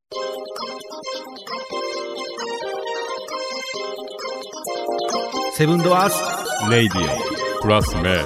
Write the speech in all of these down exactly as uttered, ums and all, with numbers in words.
セブンドアースレイディオプラスメン。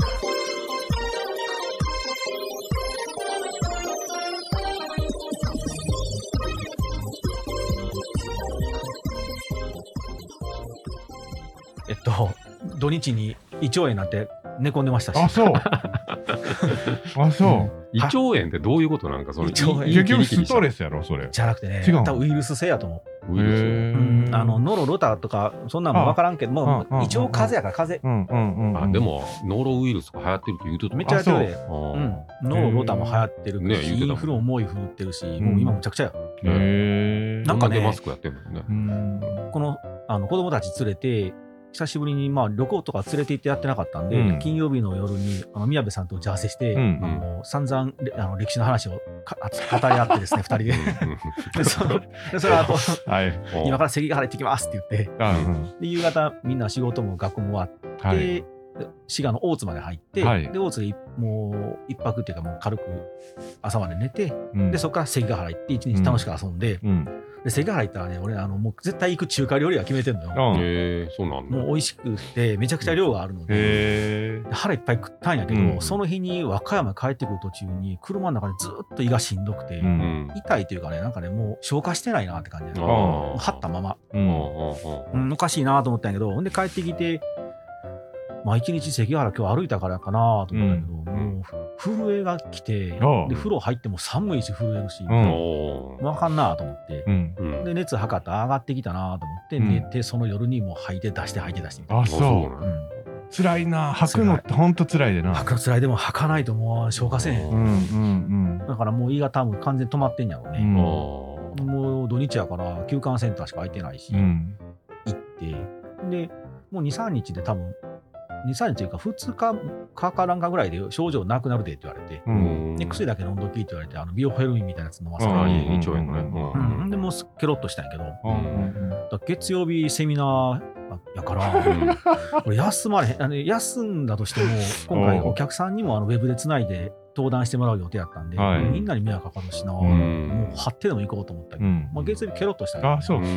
えっと土日に胃腸炎になって寝込んでましたし。 あ、そうあ、そう、うん、 胃腸炎ってどういうことなんか、その結局ストレスやろそれ。 じゃなくてね、 違う多分ウイルス性やと思う。 ウイルス、 うん、あのノロロタとかそんなのも分からんけども、胃腸風邪やから風邪、 うんうんうん、 あでもノロウイルスが流行ってるって言うとった。 めっちゃ流行ってるで、うん、ノロロタも流行ってるし、ね、インフルも猛威振ってるし、うん、もう今むちゃくちゃや。 へなんかねマスクやってるのね。 うんこのあの子供たち連れて久しぶりにまあ旅行とか連れて行ってやってなかったんで、うん、金曜日の夜にあの宮部さんと打ち合わせして、うん、あの散々あの歴史の話をか語り合ってですねふたりででそのでその後、はい、今から関ヶ原行ってきますって言って、うん、で夕方みんな仕事も学校も終わって、はい、滋賀の大津まで入って、はい、で大津でもう一泊っていうかもう軽く朝まで寝て、うん、でそこから関ヶ原行って一日楽しく遊んで、うんうんで関ヶ原行ったらね、俺あのもう絶対行く中華料理は決めてんのよ。 へえ、そうなんだ。 もう美味しくてめちゃくちゃ量があるので、へで腹いっぱい食ったんやけど、うん、その日に和歌山帰ってくる途中に車の中でずっと胃がしんどくて、うん、痛いというかね、なんかねもう消化してないなって感じで、張ったまま、うんうん、おかしいなと思ったんやけど、ほんで帰ってきてまあ一日関ヶ原今日歩いたからかなと思ったけど、うん、もう震えが来て、で風呂入っても寒いし震えるし、うん、分かんなと思って、うん、で熱測ったら上がってきたなと思って寝て、うん、その夜にもう吐いて出して吐いて出してみたいな。 あ、そう、うん、辛いな、吐くのってほんと辛いでな。 吐くの辛いでも吐かないともう消化せへん、うんうんうん、だからもう胃が多分完全に止まってんやろうね、うん、もう土日やから休館センターしか空いてないし、うん、行ってでもう にさんにちで多分にさんにちというかふつかかからんかぐらいで症状なくなるでって言われて、うん、で薬だけ飲んどきって言われて、あのビオフェルミンみたいなやつ飲ませられて、胃腸炎のね、うんうん、でもうケロッとしたんやけど、うん、だ月曜日セミナーやから、うん、俺休まれへん、あの休んだとしても今回お客さんにもあのウェブでつないで登壇してもらう予定やったんで、はい、みんなに迷惑かかるしな、うん、もう張ってでも行こうと思ったけど、うんまあ、月曜日ケロッとしたんやけど、ね、あ、そう、うん、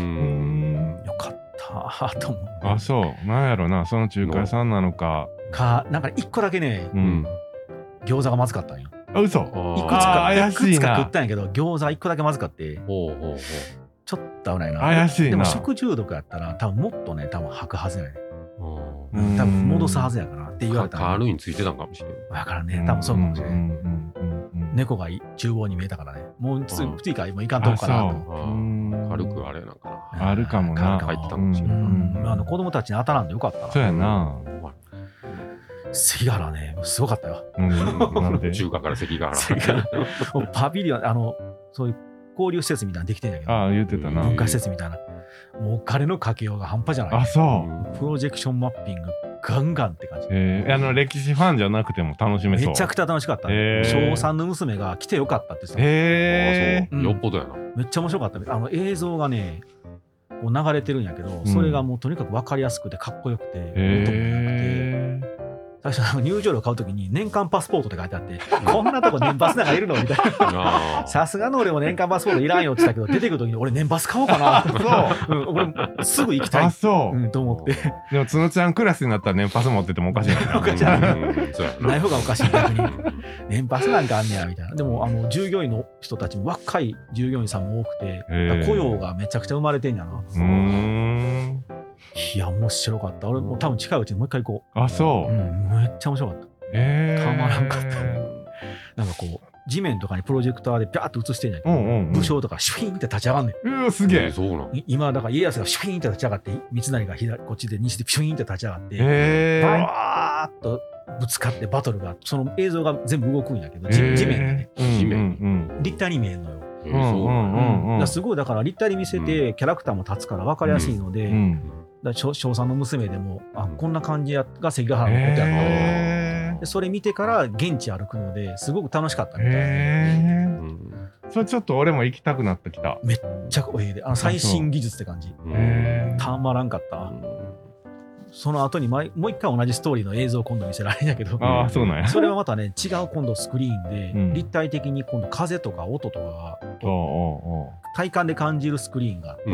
よかったと思って。 あ、そうなんやろな、その中華屋さんなのかか、なんかいっこだけね、うん、餃子がまずかったんよ。 あ、嘘。 いくつかいくつか食ったんやけど餃子いっこだけまずかってほうほうほうちょっと危ないな。 怪しいな。 でも食中毒やったら多分もっとね多分吐くはずやね、うん、多分戻すはずやからって言われたら軽いについてたんかもしれない。 だからね多分そうかもしれない。猫が厨房に見えたからね、もうついかもういかんとこかなと思って、 軽くあれなんかな、 あるかもな、 入ってたかもしれない。 あの子供たちに当たらんでよかったな。 そうやな。 関ヶ原ねすごかったよ、 うん、なんで中華から関ヶ原パビリオン、あのそういう交流施設みたいなのできてんだけど、 ああ言ってたな、 文化施設みたいな、もうお金のかけようが半端じゃない。 あ、そうプロジェクションマッピングガンガンって感じ。 えー、あの歴史ファンじゃなくても楽しめそう。 めちゃくちゃ楽しかった、ね。小さんの娘が来てよかったって言ってた。 へー、よっぽどやな。 めっちゃ面白かった。あの映像がねこう流れてるんやけど、それがもうとにかく分かりやすくてかっこよくて、へー、最初入場料買うときに年間パスポートって書いてあってこんなとこ年パスなんかいるのみたいなさすがの俺も年間パスポートいらんよって言ったけど出てくるときに俺年パス買おうかなそう、うん、俺すぐ行きたい。 あ、そう、 うん、と思って。 でもつのちゃんクラスになったら年パス持っててもおかしいな。 おかしいなない方がおかしい逆に年パスなんかあんねやみたいな。でもあの従業員の人たちも若い従業員さんも多くて雇用がめちゃくちゃ生まれてんやな。うーん、いや面白かった。俺も多分近いうちにもう一回行こう。 あ、そう、 うん、めっちゃ面白かった。えー、たまらんかった。なんかこう地面とかにプロジェクターでピャーッと映してんじゃん、うんうんうん、武将とかシュピーンって立ち上がんねん。 うわすげえ。 そうなん。 今だから家康がシュピーンって立ち上がって三成が左こっちで西でピューンって立ち上がって、えー、バーッとぶつかってバトルがその映像が全部動くんやけど、えー、地面でね、地面、うんうん、立体に見えんのよ。えー、そう、うんうんうん、すごいだから立体に見せてキャラクターも立つから分かりやすいので、うんうん、だ小さんの娘でもあこんな感じやが関ヶ原のことやった、えー、でそれ見てから現地歩くのですごく楽しかったみたいな、えーうん、 それちょっと俺も行きたくなってきた。 めっちゃおいであの最新技術って感じ、えー、たまらんかった。 その後に毎もう一回同じストーリーの映像を今度見せられるんやけど、 ああそうなんや。 それはまたね違う今度スクリーンで、 うん、 立体的に今度風とか音とかおうおうおう体感で感じるスクリーンがあって、 うん、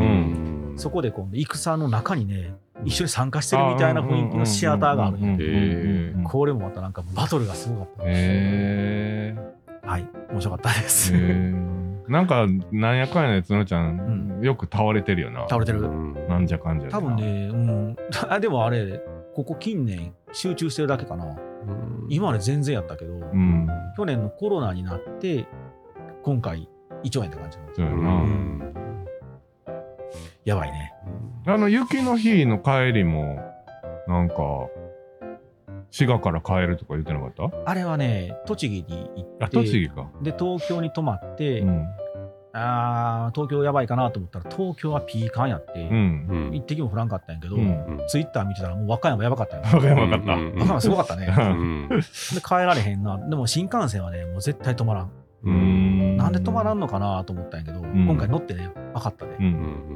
そこで今度戦の中にね一緒に参加してるみたいな雰囲気のシアターがあるんやけど、これもまたなんかバトルがすごかった。 へーはい面白かったです。 なんかなんやかんやねつのちゃん、うん、よく倒れてるよな。 倒れてる。 なんじゃかんじゃ。 多分ね、うん。あでもあれここ近年集中してるだけかな。うん、今まで全然やったけど、うん、去年のコロナになって今回胃腸炎って感じなんですよ。うん、やばいね。 あの雪の日の帰りもなんか滋賀から帰るとか言ってなかった？ あれはね栃木に行って、 あ栃木か。 で東京に泊まって、うん、あ東京やばいかなと思ったら東京はピーカンやって、うん、一滴も降らんかったんやけど、うん、ツイッター見てたらもう和歌山やばかったんや。 和歌山かった。 和歌山すごかったね。で帰られへんな。でも新幹線はねもう絶対止まらん。うーんなんで止まらんのかなと思ったんやけど、うん、今回乗ってね分かったね。うん、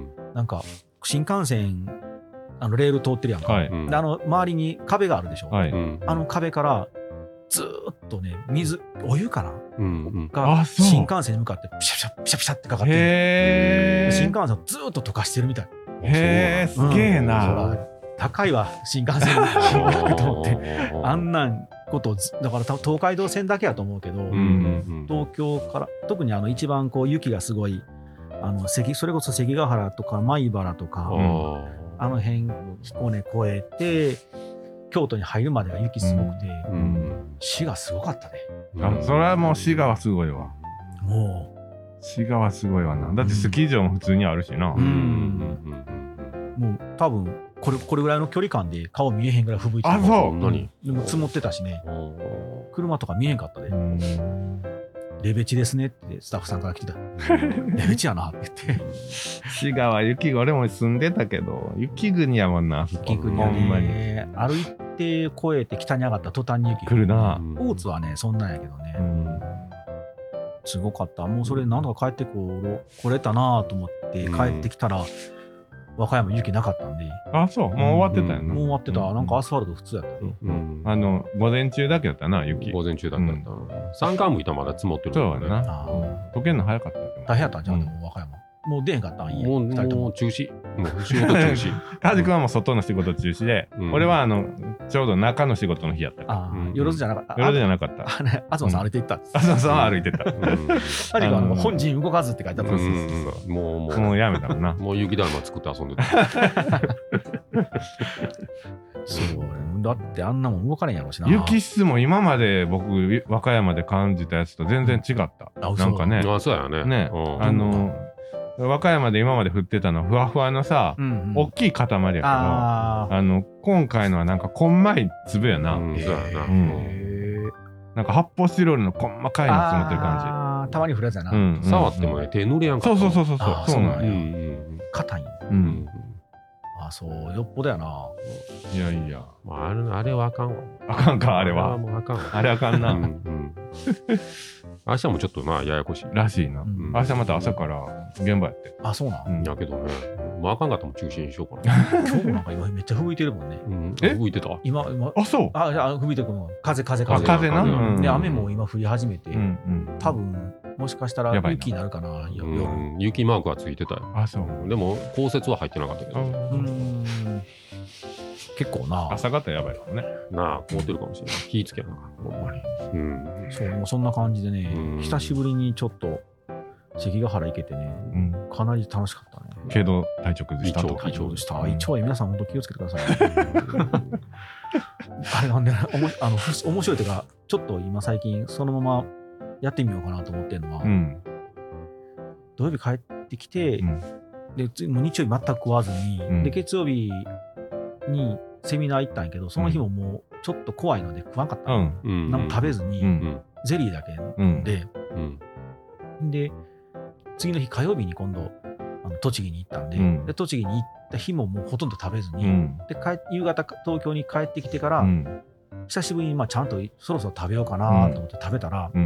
なんか新幹線あのレール通ってるやんか、はい、であの周りに壁があるでしょ、はい、あの壁からずーっとね水お湯かな、うんうん、が新幹線に向かってピシャピシャピシャピシャってかかってへ新幹線をずーっと溶かしてるみたい。 へーすげえな、 うん、高いわ新幹線と思ってあんなんことだから東海道線だけやと思うけど、うんうんうん、東京から特にあの一番こう雪がすごいあの関それこそ関ヶ原とか米原とか、あの辺彦根越えて京都に入るまでが雪すごくて、うんうん、滋賀すごかったね。 あそれはもう滋賀はすごいわ。 もう滋賀はすごいわな。だってスキー場も普通にあるしな、うんうんうん、もう多分これこれぐらいの距離感で顔見えへんぐらい吹雪いてた。 あそう何でも積もってたしね、車とか見えへんかったで、うんレベチですねってスタッフさんから来てた。レベチやなって言って。 滋賀は雪俺も住んでたけど雪国やもんな。 雪国やね。歩いて越えて北に上がった途端に雪来るな。 大津はねそんなんやけどね、うん、すごかった。もうそれなんとか帰ってこ来れたなと思って帰ってきたら、うん、和歌山雪なかったんで。 あそうもう終わってたよな、うん、 もう終わってた、うん、なんかアスファルト普通やったで、 うんうん、あの午前中だけだったな雪。 午前中だったんだ、うん、山間部いたらまだ積もってるからね。そうやな、うん、溶けるの早かった。 大変やったんじゃん、うん、でも和歌山もう出へんかったんいい。 もうもう中止。もう仕事中止。 カジ君はもう外の仕事中止で、うん、俺はあのちょうど中の仕事の日やったから。 あよろずじゃなかった。 よろずじゃなかった。 あね、東さん歩いていった。 東さんは歩いてた。カジ君は本陣動かずって書いてあったんですよ。もうもうもうやめたもんな。 もう雪だるま作って遊んでた。 そうだってあんなもん動かれんやろしな。 雪質も今まで僕和歌山で感じたやつと全然違った。なんかね。 あそうやね。 ね、あの和歌山で今まで降ってたのふわふわのさ、うんうん、大きい塊やけど、ああの今回のはなんかこんまい粒やな。うん、そうやな。うん、なんか発泡スチロールの細かいの積もってる感じ。 あたまに降るやつやな。 うん、触ってもね手濡れやんか。 そうそうそうそうそうそうなんや。硬いん。うん。あそうよっぽどやな。 いやいや、 まあ、あれあれはあかんわ。 あかんかあれは。 あれはもうあかんわ。 あれあかんな。うんうん明日もちょっとなややこしいらしいな、うん、明日また朝から現場やって。 あそうなん、 うん、やけどねもうあかんかったも中止にしようかな。 今日もなんか今めっちゃ吹いてるもんね、 うん、え吹いてた今今あそうあじゃあ吹いてるの風風風風な、 うん、で雨も今降り始めて、うんうん、多分もしかしたら雪になるかな、夜、うん、 雪マークはついてたよ。 あそうでも降雪は入ってなかったけど、 うん結構な朝方やばいかもね。 なあ凍ってるかもしれない。気ぃつけなほんまに、 うん、そうもうそんな感じでね、うん、久しぶりにちょっと関ヶ原行けてね、うん、かなり楽しかったね。 けど体調崩したと。 体調崩した。胃腸炎皆さん本当気をつけてください。あれなんであの面白いというかちょっと今最近そのままやってみようかなと思ってるのは、うん、土曜日帰ってきて、うん、でもう日曜日全く食わずに、うん、で月曜日にセミナー行ったんやけどその日ももうちょっと怖いので食わんかった、うん、何も食べずに、うん、ゼリーだけ飲んで、うんうん、で次の日火曜日に今度あの栃木に行ったんで、うん、で栃木に行った日ももうほとんど食べずに、うん、で夕方東京に帰ってきてから、うん、久しぶりにまあちゃんとそろそろ食べようかなと思って食べたら、うん、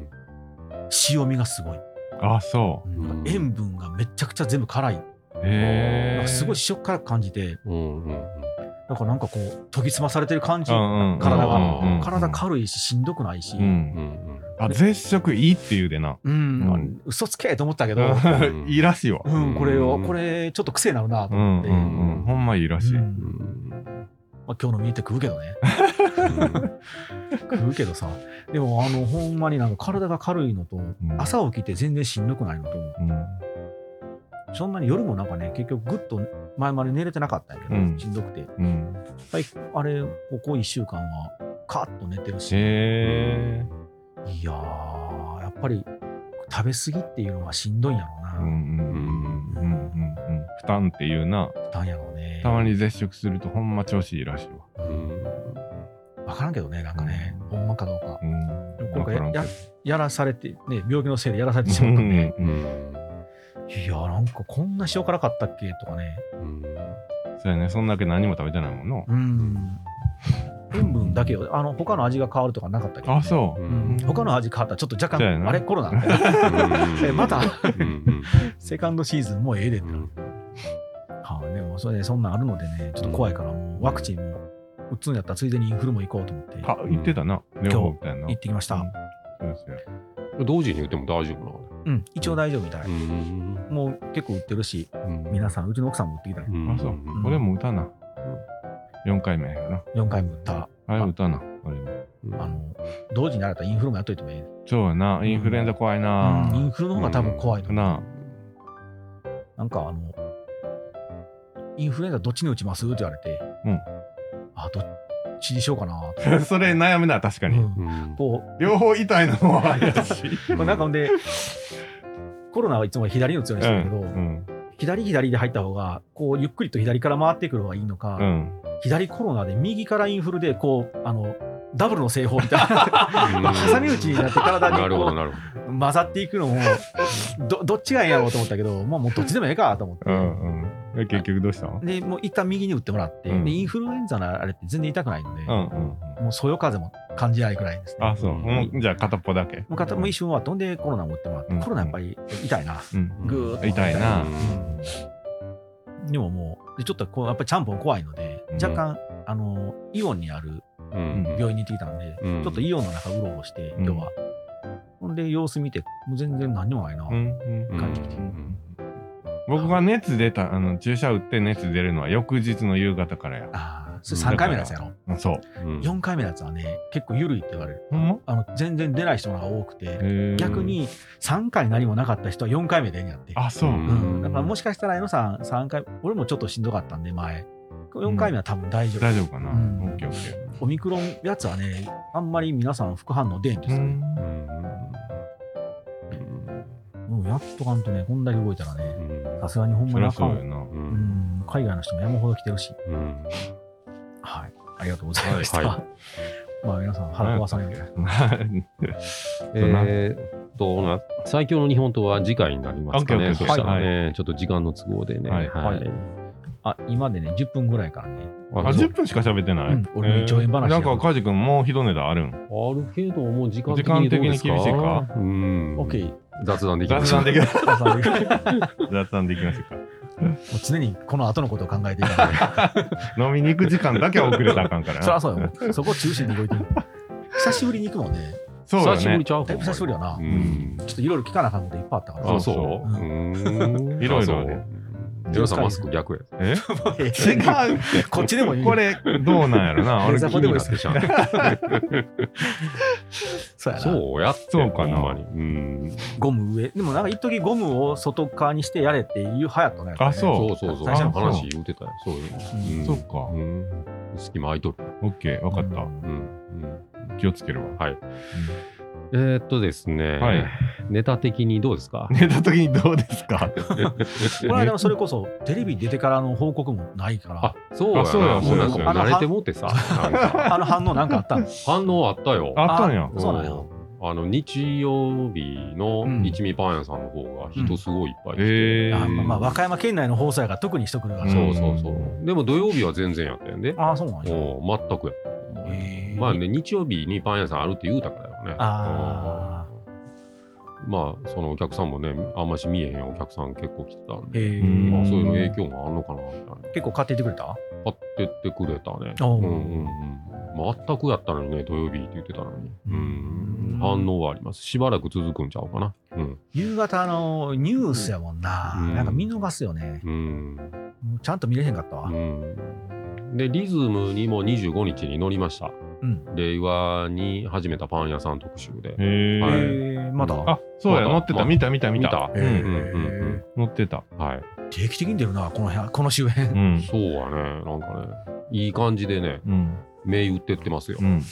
塩味がすごい。 あそう、 うん、塩分がめちゃくちゃ全部辛い。へすごい塩辛く感じて、うんうんうん、 だからなんかこう研ぎ澄まされてる感じ、体が体軽いししんどくないし、 あ絶食いいって言うでな、 うん嘘つけと思ったけどいいらしいわ、 これをこれちょっと癖になるなと思って、 ほんまいいらしい。 まあ、今日の見て食うけどね食うけどさ、でもあのほんまになんか体が軽いのと、うん、朝起きて全然しんどくないのと、うん、そんなに夜もなんかね結局ぐっと前まで寝れてなかったんやけど、うん、しんどくて、うん、あれここいっしゅうかんはカッと寝てるし、 へーいやーやっぱり食べ過ぎっていうのはしんどいんやろうな、 負担っていうな、 負担やろうね。 たまに絶食するとほんま調子いいらしいわ。 分からんけどね、なんかね、ほんまかどうか。今回 や, や, やらされて、ね、病気のせいでやらされてしまったんで、いや、なんかこんな塩辛かったっけとかね。 そうやね、そんだけ何も食べてないもんな。 うん。塩分だけよ、あの他の味が変わるとかなかったけど、ね、 あ、そう、うん、 他の味変わったらちょっと若干、あれコロナえまたセカンドシーズンもうええでってな、うんはあ、でもそれでそんなんあるのでね、ちょっと怖いからもうワクチンも打つんやったらついでにインフルも行こうと思って。 あ、行ってたな、 両方みたいな。行ってきました。うん、 そうですね。同時に打っても大丈夫なの？ うん、一応大丈夫みたい。うん、もう結構打ってるし、うん、皆さん、うちの奥さんも打ってきたり。 うん、あ、そう。俺も打たな。よんかいめやな。 よんかいも打った。 あれ打たな、俺も。 あの、同時になれたらインフルもやっといてもいい。 そうやな、インフルエンザ怖いな、 うん。インフルの方が多分怖いの。 な。 なんかあの、インフルエンザどっちに打ちますって言われて、うん。あ、どっちにしようかな。 それ悩むな、確かに。うん、こう両方痛いのもあるし。 なんかほんで、コロナはいつも左に打つようにしてるけど、うんうん、左左で入った方が、こうゆっくりと左から回ってくる方がいいのか、うん、左コロナで右からインフルで、こう、あの、ダブルの製法みたいな、挟み撃ちになって体にこう混ざっていくのもど、どっちがいいんやろうと思ったけど、まあ、もうどっちでもええかと思って。うんうん、結局どうしたの？ で、もう一旦右に打ってもらって、うん、でインフルエンザのあれって全然痛くないので、うんうん、もうそよ風も感じないくらいですね。 あ、そう。もうじゃあ片っぽだけ。 もう片っぽ一瞬終わったんでコロナも打ってもらって、うん、コロナやっぱり痛いな。うん、ぐーっと。 痛いな。 うん、でももう、ちょっとこうやっぱりちゃんぽん怖いので、若干、あの、イオンにある、うん、病院に行ってきたんで、うん、ちょっとイオンの中うろうろして、今日は。ほ、うんで、様子見て、もう全然何にもないな、感じてきて。 僕が熱出た、あの、注射打って熱出るのは翌日の夕方からや。 ああ、それさんかいめのやつやろ。 そう。 よんかいめのやつはね、結構緩いって言われる。うん、あの全然出ない人が多くて、逆にさんかい何もなかった人はよんかいめでんやって。 あ、そう。うん。だからもしかしたら、江野さんさんかい、俺もちょっとしんどかったんで、前。よんかいめは多分大丈夫。 大丈夫かな。オッケーオッケー。 オミクロンやつはね、あんまり皆さん副反応出んですよ。うん、やっとかんとね、こんだけ動いたらね、さすがにほんまにあかん。海外の人も山ほど来てるし。はい、ありがとうございました。まあ皆さん腹壊さないで。 えーと、最強の日本刀は次回になりますかね。そしたらね、ちょっと時間の都合でね。はい。 あ、今でね、じゅっぷんぐらいからね。 あ、じゅっぷんしか喋ってない。 俺のいちおうえん話。 なんか、カジ君もう一ネタあるん？ あるけど、もう時間的に厳しいか？ うん。オッケー。 雑談できます。 雑談できます。雑談できますか？ 常にこの後のことを考えていかない。 飲みに行く時間だけは遅れたらあかんから。 そりゃそうよ。そこを中心に動いてる。久しぶりに行くもんね。 そうだね。 久しぶりちゃう？ だいぶ久しぶりやな。ちょっといろいろ聞かなあかんこといっぱいあったから。 あ、そう。 いろいろね。 ジョーさんマスク逆や。 え？違う。 こっちでもいい。 これどうなんやろな。 俺気になってしゃん。 そうやな。 そうやって。 そうかな。 ゴム上。でもなんか一時ゴムを外側にしてやれっていう流行ったね。 あ、そう。 そうそうそう。最初の話言うてたよ。そういう。そっか。 隙間空いとる。 オッケー、わかった。気をつけるわ。 はい。えー、っとですね、はい、ネタ的にどうですか？ ネタ的にどうですか？ この間もそれこそテレビ出てからの報告もないから。 あ、そうやな。そうや、そうや、そうや。慣れてもってさ。 あの反応なんかあったん？ 反応あったよ。 あったんや。 そうなんや。 あの日曜日の一味パン屋さんの方が人すごいいっぱい来て、 うんうん、まあ和歌山県内の放送やから特に人来るから、 そうそうそう。でも土曜日は全然やったんで。 ああ、そうなんや。 全くやった。まあね、日曜日にパン屋さんあるって言うたからよね。 ああ。 まあそのお客さんもねあんまし見えへんお客さん結構来てたんで、まあ、そういうの影響もあんのかなみたいな。 結構買っていってくれた？ 買ってってくれたね。うんうんうん。全くやったのにね土曜日って言ってたのに、うん、反応はあります。しばらく続くんちゃうかな。うん、 夕方のニュースやもんな、うん、なんか見逃すよね。うん、ちゃんと見れへんかったわ。うん、 でリズムにもにじゅうごにちに乗りました。うん、令和に始めたパン屋さん特集で。へえ、はい、まだ、あ、そうや、乗ってた、見た見た見た。 見た。うんうんうん。 乗ってた。 はい。 定期的に出るな、この辺、この周辺。 うん、そうはね、なんかね、いい感じでね、うん、銘打ってってますよ。うん。うん、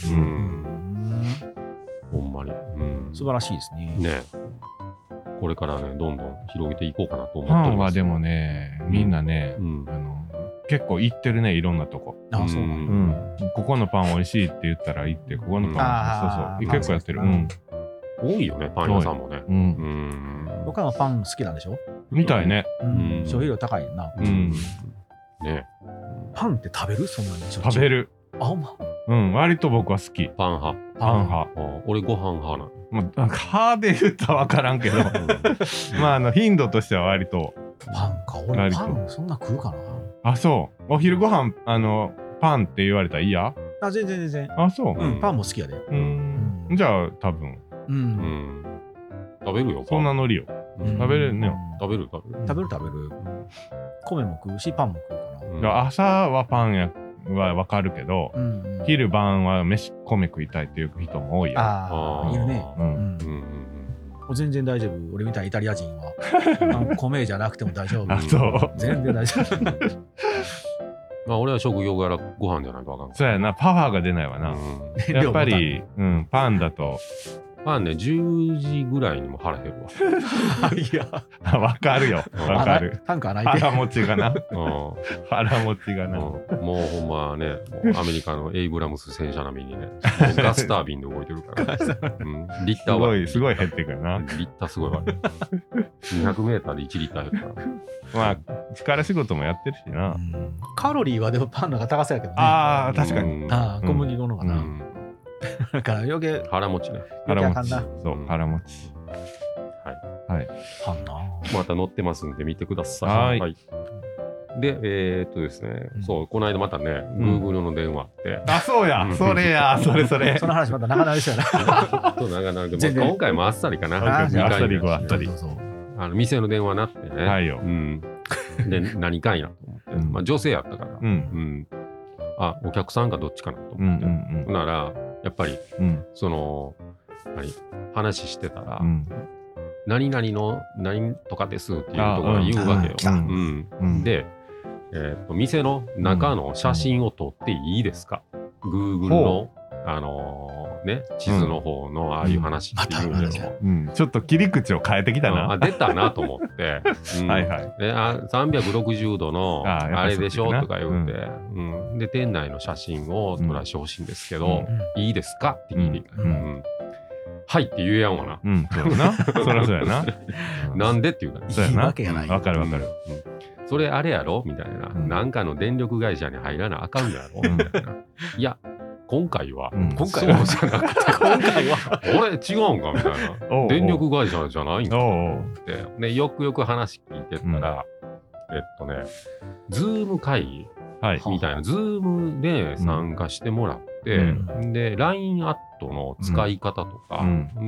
ほんまに、うん。 素晴らしいですね。 ね。これからね、どんどん広げていこうかなと思ってます。 パンはでもね、みんなね、うん、あの結構行ってるね、いろんなとこ。 あ、そうなんだ。ここのパン美味しいって言ったら行って、ここのパン、そうそう、結構やってる。うん。 多いよね、パン屋さんもね。うん。 他のパン好きなんでしょ？ みたいね。 消費量高いよな。うん。ね。パンって食べる？そんなに。 食べる。 あ、まあ。 うん、割と僕は好き。 パン派。 パン派。 俺ご飯派なの。 まあ、派で言ったら分からんけど、まあ、あの、頻度としては割と。 パンか、俺パンそんな食うかな。 あ、そう。お昼ご飯、あの、パンって言われたら嫌？ あ、全然全然。 あ、そう。 うん、パンも好きやで。 うん。じゃあ、多分。うん。 食べるよ。 そんなノリよ。食べれるね。 食べる食べる。 食べる食べる。米も食うし、パンも食うかな。 朝はパンやはわかるけど、昼晩は飯米食いたいっていう人も多いよ。 ああ、いるね。うん。全然大丈夫。俺みたいなイタリア人は米じゃなくても大丈夫。 あ、そう。 全然大丈夫。 まあ俺は職業柄ご飯じゃないとわかんない。 そうやな、パワーが出ないわな。やっぱり、うん、パンだと。 パンね、じゅうじぐらいにも腹減るわ。 いや、わかるよ。わかる。 パンかないで。腹持ちがな。腹持ちがな。 もうほんまね、アメリカのエイブラムス戦車並みにね、ガスタービンで動いてるから。リッターは。 すごい、すごい減ってくるな。 リッターすごいわ。にひゃくメーターでいちリッター減ったから。 まあ、力仕事もやってるしな。 カロリーはでもパンの方が高そうやけどね。 ああ、確かに。 ああ、小麦粉のかな。だから余計腹持ちね。 腹持ち。そう、腹持ち。 はい。はい。 パンな。 また載ってますんで見てください。 はい。 で、えー、っとですね、そう、この間またね、Google の電話って。 あ、そうや、それや、それそれ。 その話また長なりそうやな。そう、長なるけど、今回もあっさりかな。 あっさりごあっさり。 あの、店の電話なってね。 はいよ。 うん。で、何かいなと思って。まあ、女性やったから。うん。あ、お客さんかどっちかなと思って。なら、やっぱり、うん、その何話してたら、うん、何々の何とかですっていうところが言うわけよ。うんうん、で、えーと、店の中の写真を撮っていいですか、うん、Google の、あのー、ね、地図の方のああいう話っていうんですよ、 うんうん、ちょっと切り口を変えてきたな。 あ、出たなと思って、うん、はいはい、であさんびゃくろくじゅうどのあれでしょとか言うて、うんうん、で店内の写真を撮らしてほしいんですけど、うん、いいですかって聞いていた、うんうん、はいって言えやんわな、 うん、そうなそりゃそうやななんでって言うから、 そうやな、わけやない、 わかるわかる、 うん、それあれやろみたいな、うん、なんかの電力会社に入らなあかんやろみたいな、いや今回は、うん、今回はそうじゃなくて、今回は、あれ違うんかみたいな。電力会社じゃないんかって。で、よくよく話聞いてったら、うん、えっとね、ズーム会議みたいな、ズームで参加してもらって、うん、で、ライン アットの使い方とか、うん、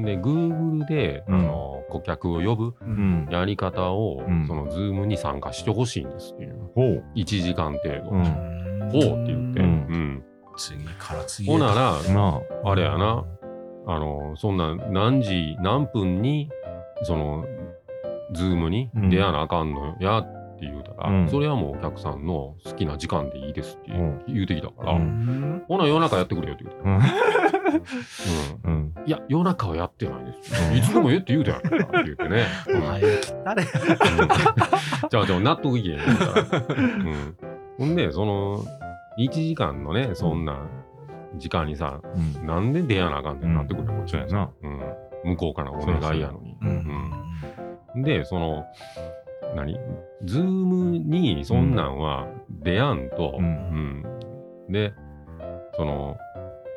で、Google で、うん、あの顧客を呼ぶやり方を、うん、そのズームに参加してほしいんですっていう。うん、いちじかん程度。うん、ほうって言って、うん次から次へと。ほなら、あれやな、あの、そんな何時何分に、その、ズームに出会わなあかんのやって言うたら、うん、それはもうお客さんの好きな時間でいいですって言うてきたから、うん、ほな夜中やってくれよって言うて。うんうん、いや、夜中はやってないです。いつでもええって言うたやんって言うてね。 あれじゃあ、じゃあ納得いけへんから。ほんで、その、いちじかんのね、そんな時間にさ、うん、なんで出会わなあかんねんなってくるもん、 そうやな、 うん。向こうからお願いやのに。うんうん、で、その、何ズームにそんなんは出やんと、うんうん、で、その、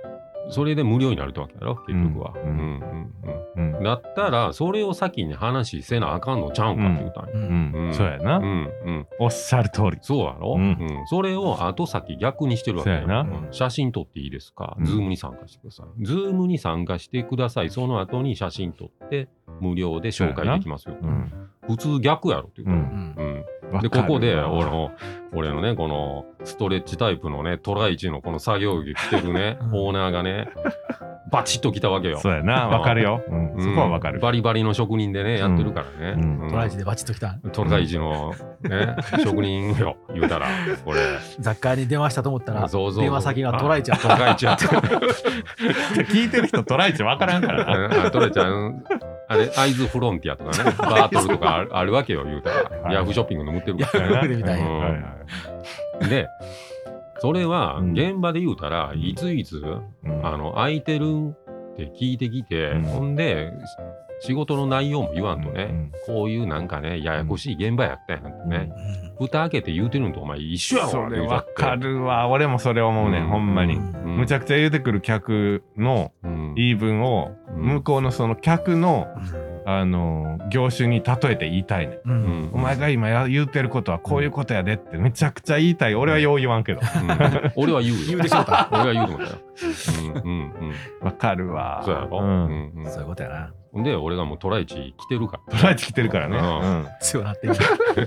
それで無料になるってわけだろ結局は。うんうんうんうん、だったらそれを先に話せなあかんのちゃうんかって言うたんや。 うんうん、そうやな、うんうん。おっしゃる通り。 そうやろ、うんうん、それを後先逆にしてるわけやな、うん。写真撮っていいですか、うん、ズームに参加してください。ズームに参加してください。その後に写真撮って無料で紹介できますよ。うん、普通逆やろって言ったら、うんうん、でここで俺の俺のねこのストレッチタイプのねトライチのこの作業着着てるねオーナーがねバチッと来たわけよ。 そうやな、わかるよ、うんうん、そこはわかる。 バリバリの職人でねやってるからね、 うんうん、トライチでバチッと来たトライチのね職人よ言うたらこれ雑貨屋に電話したと思ったらそうそう電話先がトライチやトライチやって聞いてる人トライチわからんからなトライチはあれアイズフロンティアとかねバートルとかあるわけよ言うたら、はい、ヤフーショッピングの売ってるから、ね、 ヤフーでみたいな、うんはいはい、でそれは現場で言うたら、うん、いついつ、うん、あの空いてるって聞いてきて、うん、ほんで仕事の内容も言わんとね、うん、こういうなんかねややこしい現場やったんやってね、うん、蓋開けて言うてるのとお前一緒やろ。 それわかるわ。俺もそれ思うね、うん、ほんまに、うん、むちゃくちゃ言うてくる客の言い分を、うん、向こうのその客の、うんあの業種に例えて言いたいね、うん、お前が今言うてることはこういうことやでってめちゃくちゃ言いたい。俺はよう言わんけど、うん、 俺は言うよ言うでしょった俺は言うと思ったよ。うんうんうん、わかるわ。 そうやろ、 うんうん、そういうことやな。 で俺がもうトライチ来てるからトライチ来てるからね、うん、 強なってる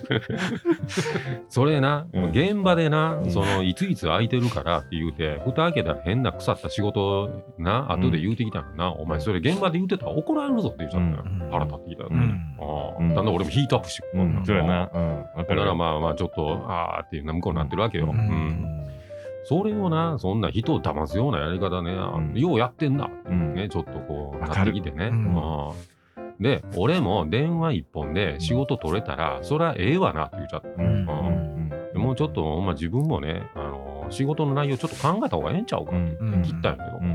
それな、うん、現場でな、うん、そのいついつ空いてるからって言うて蓋開けたら変な腐った仕事な後で言うてきたのな、うん、お前それ現場で言うてたら怒られるぞって言っちゃったよ、うん、腹立ってきたよ、うんあうん、だんだん俺もヒートアップしてくる、 うん、そうやな、うん、 だからまあまあちょっとあーっていう向こうになってるわけよ、うんうんそれをな、そんな人を騙すようなやり方ね、うん、ようやってんな、うん、ね、ちょっとこうなってきてね、うんうん、で俺も電話一本で仕事取れたら、うん、そりゃええわなって言っちゃった、うんうんうん、もうちょっと、まあ、自分もね、あのー、仕事の内容ちょっと考えた方がええんちゃうかって切ったんやけど、うんうん、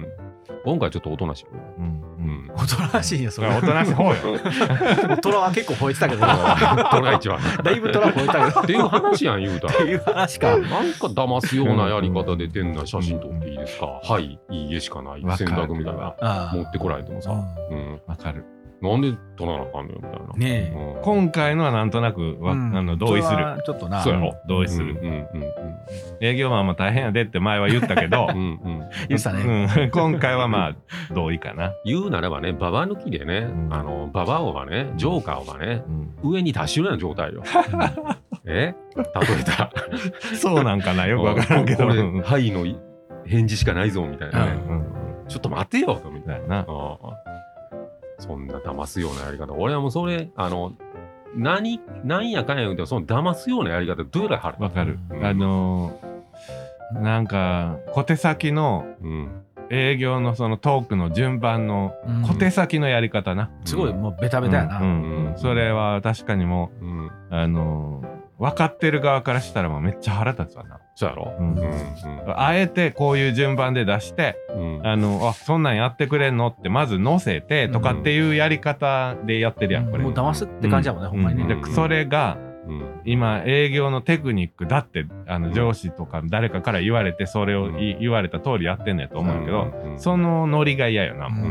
今回ちょっとおとなしい、うんうん、おとなしいよそれ。 おとなしい方よトラは結構吠えてたけどトラ一番だいぶトラ吠えたけどっていう話やん言うたらっていう話か。 なんか騙すようなやり方で店内写真撮っていいですか、うん、はいいいえしかない選択みたいな持ってこられてもさ、 うん、わかる。 なんで撮らなあかんのよみたいな。 ねえ、 うん、今回のはなんとなくわ、うん、あの同意する。 ちょっとな。 そうやろ。同意する。うんうんうん、営業マンも大変やでって前は言ったけど、うんうん、 言ったね、 うん。今回はまあ同意かな。 言うならばね、ババ抜きでね、うん、あのババ王がね、ジョーカーがね、うん、上に出しるような状態よ。え？例えた。 そうなんかなよくわからんけど。 はいの返事しかないぞみたいなね。うんうん、ちょっと待てよみたいな。そんな騙すようなやり方。俺はもうそれ、あの、何、何やかんや言うても、その騙すようなやり方、どうやらはる。 わかる。うん、あのー、なんか、小手先の営業のそのトークの順番の小手先のやり方な。 うん、すごい、もうベタベタやな。うんうんうん、それは確かにもう、うん、あのー、分かってる側からしたらもうめっちゃ腹立つわな。 そうやろ、うんうんうん、 あえてこういう順番で出して、うん、あのあそんなんやってくれんのってまず載せてとかっていうやり方でやってるやん、これ。 もう騙すって感じやもんね、うん、ほんまにね。 でそれが、うん、今営業のテクニックだってあの上司とか誰かから言われてそれを、うん、言われた通りやってんねんと思うんやけど、うんうん、そのノリが嫌よな、もう。うん、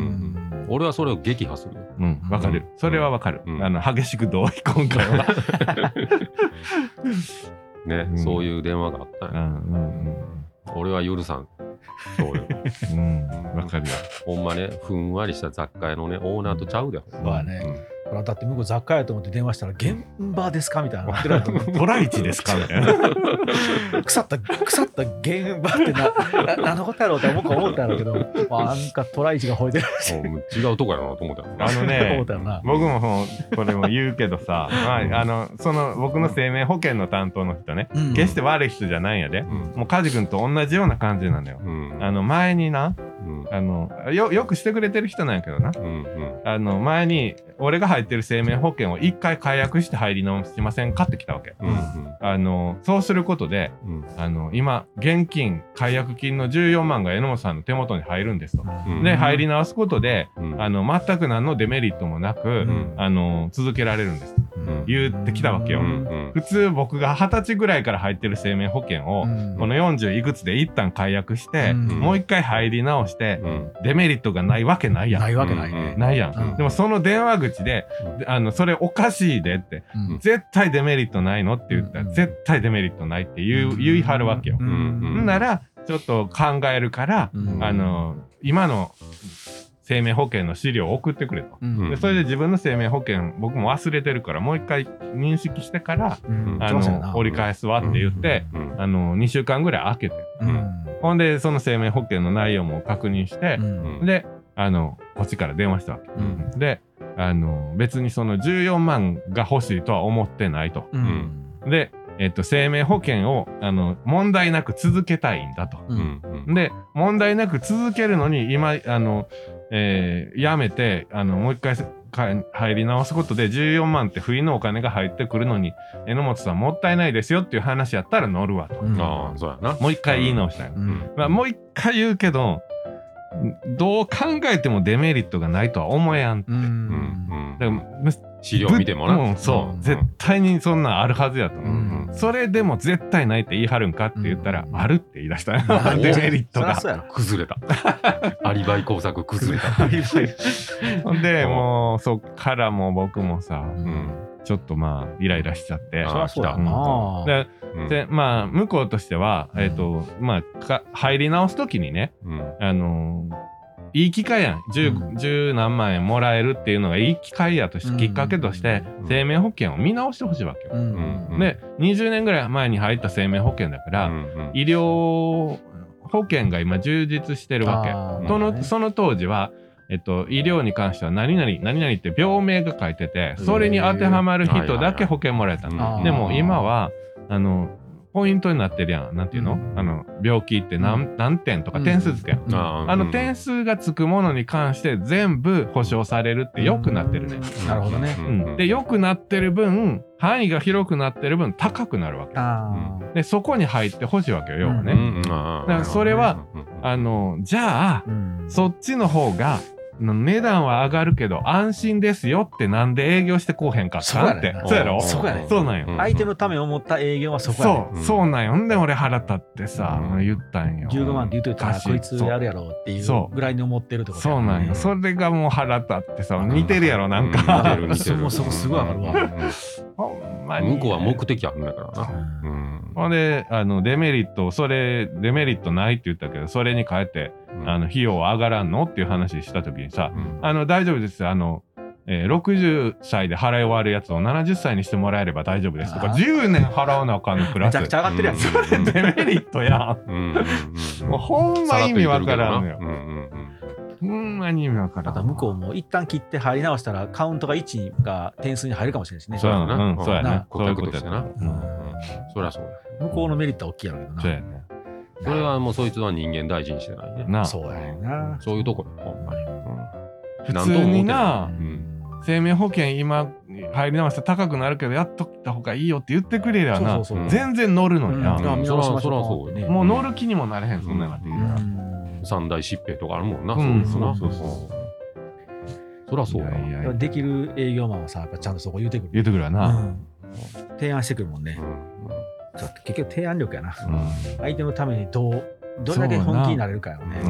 俺はそれを撃破するよ。 うん、わかる。それはわかる。うん、あの激しく同意今回は。 ね、うん、そういう電話があったんや、うんうんうん、俺は許さん。そうよ。 うん、わかるよ。 ほんまね、ふんわりした雑貨屋のね、オーナーとちゃうで。 まあね。うんだって向こう雑貨やと思って電話したら現場ですかみたいなトライチですかみたいな腐った腐った現場ってな何のことやろうって僕は思ったんだけど、まあ、なんかトライチが吠えてるし違うとこやなと思ったよ。 あのね僕もこれも言うけどさ、まあ、あのその僕の生命保険の担当の人ね、うん、決して悪い人じゃないんやで、うん、もう梶君と同じような感じなのよ、うん、あの前にな、うん、あの よ, よくしてくれてる人なんやけどな、うんうん、あの前に俺が入ってる生命保険を一回解約して入り直しませんかってきたわけ、うんうん、あのそうすることで、うん、あの今現金解約金のじゅうよんまんが榎本さんの手元に入るんですと、うん、で入り直すことで、うん、あの全く何のデメリットもなく、うん、あの続けられるんです、 言ってきたわけよ。普通僕がはたちぐらいから入ってる生命保険をこのよんじゅういくつで一旦解約してもう一回入り直してデメリットがないわけないやん。 ないわけないね。 ないやん。でもその電話口であのそれおかしいでって絶対デメリットないのって言ったら絶対デメリットないって言う言い張るわけよ。ならちょっと考えるからあの今の生命保険の資料を送ってくれと、うん、でそれで自分の生命保険僕も忘れてるからもう一回認識してから、うん、あの折り返すわって言って、うん、あのにしゅうかんぐらい空けて、うん、ほんでその生命保険の内容も確認して、うん、であのこっちから電話したわけ、うん、であの別にそのじゅうよんまんが欲しいとは思ってないと、うん、でえっと、生命保険をあの問題なく続けたいんだと、うんうん、で問題なく続けるのに今あの、えー、やめてあのもう一回入り直すことでじゅうよんまんって不意のお金が入ってくるのに榎本さんもったいないですよっていう話やったら乗るわと、うん、あそうやなもう一回言い直したい、うんうんまあ、もう一回言うけどどう考えてもデメリットがないとは思えんって、うんうん、だから資料見てもな、 うん、そう、うん、絶対にそんなんあるはずやと、うんうん、それでも絶対ないって言い張るんかって言ったら、うん、あるって言い出した、うん、デメリットが崩れたアリバイ工作崩れたほんでもうそっからもう僕もさ、うん、ちょっとまあイライラしちゃってあそうだな、うん、で、うん、でまあ向こうとしては、えーとまあ、か入り直すときにね、うん、あのーいい機会やん 10, うん、じゅう何万円もらえるっていうのがいい機会やとして、うん、きっかけとして生命保険を見直してほしいわけよ、うんうん、でにじゅうねんぐらい前に入った生命保険だから、うんうん、医療保険が今充実してるわけその、ね、その当時はえっと、医療に関しては何々何々って病名が書いててそれに当てはまる人だけ保険もらえたのでも今はあのポイントになってるやん。なんていうの、うん、あの病気って何、うん、何点とか点数つけやん、うん、あ, あの点数がつくものに関して全部保証されるってよくなってるね、 うん、なるほどね、 うん、でよくなってる分範囲が広くなってる分高くなるわけ、うん、でそこに入ってほしいわけよ要はね、うん、だからそれは、うん、あのじゃあ、うん、そっちの方が値段は上がるけど安心ですよってなんで営業してこうへんかったってそうやろそうやねそうなんよ相手のためを思った営業はそこやねそうそうなんよんで俺腹立ってさ、うん、言ったんよじゅうごまんって言うといたらこいつやるやろっていうぐらいに思ってるってことそうなんよ、うん、それがもう腹立ってさ似てるやろなんか、 うん、似てる似てるそこすごいわかるわ、 ほんまに向こうは目的あるんだからな、 うんほんであのデメリットそれデメリットないって言ったけどそれに変えて、うん、あの費用は上がらんのっていう話した時にさ、うん、あの大丈夫ですあの、えー、ろくじゅっさいで払い終わるやつをななじゅっさいにしてもらえれば大丈夫ですとかじゅうねん払わなあかんのプラスめちゃくちゃ上がってるやつ、 うん、それデメリットやん、うんうんうん、もうほんま意味わからんのよ、うんうんうん、ほんまに意味わからんあと向こうも一旦切って入り直したらカウントがいちが点数に入るかもしれないしねそうやな、うん、そうやなそういうことやな、うん、そりゃそう向こうのメリットは大きいやろうけどなそうやねそれはもうそいつは人間大事にしてないねなそうやねなそういうところほんまに、うん、 普通にな、うん、生命保険今入り直して高くなるけどやっとった方がいいよって言ってくれりゃなそうそうそう全然乗るのにな、 うんうん、そらそらそうよねもう乗る気にもなれへんそんなのって言うから、うん、三大疾病とかあるもんな、 うん、そうそうそうそうそらそうやいやいやできる営業マンはさやっぱちゃんとそこ言うてくる言うてくるわな、うん、 提案してくるもんね、うん、ちょっと結局提案力やな、うん、相手のためにどうどれだけ本気になれるかよね、うん、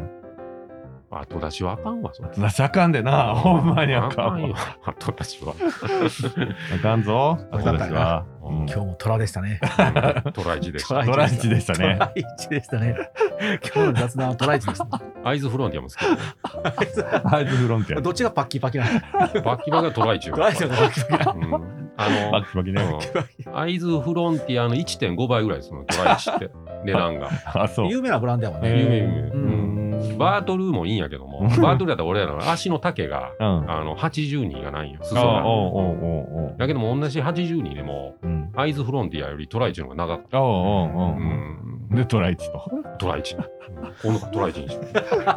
後出しはあかんわそれ後出しあかんでなほんまにあかんわ後出しはあかんぞ後出しは、 うん、今日も虎でしたねトライチでしたトライチでしたねトライチでしたね今日の雑談はトライチでしたアイズフロンティアも好きだねアイズフロンティアどっちがパッキパキなのパッキパキはトライチよトライチがパッキパキなの、 うんあのパッキパキね、 うん、アイズフロンティアの いってんご 倍ぐらいですのトライチって値段があそう有名なブランドやもんね有名有名、うん、バートルーもいいんやけどもバートルーやったら俺らの足の丈が、うん、あのはちじゅうにがないよ裾がだけども同じはちじゅうにでも、うん、アイズフロンティアよりトライチの方が長かったおうおうおう、うん、でトライチとトライチこのトライチにして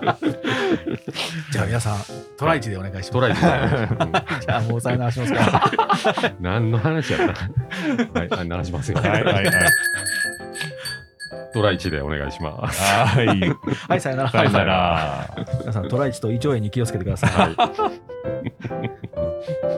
じゃあ皆さんトライチでお願いしますトライチで、うん、じゃあもうさよならしますから何の話やったはい、鳴らしますよはいはいはいトライチでお願いします。 はい。 はい、さよなら。 さよなら。 皆さん、トライチと胃腸炎に気をつけてください。はい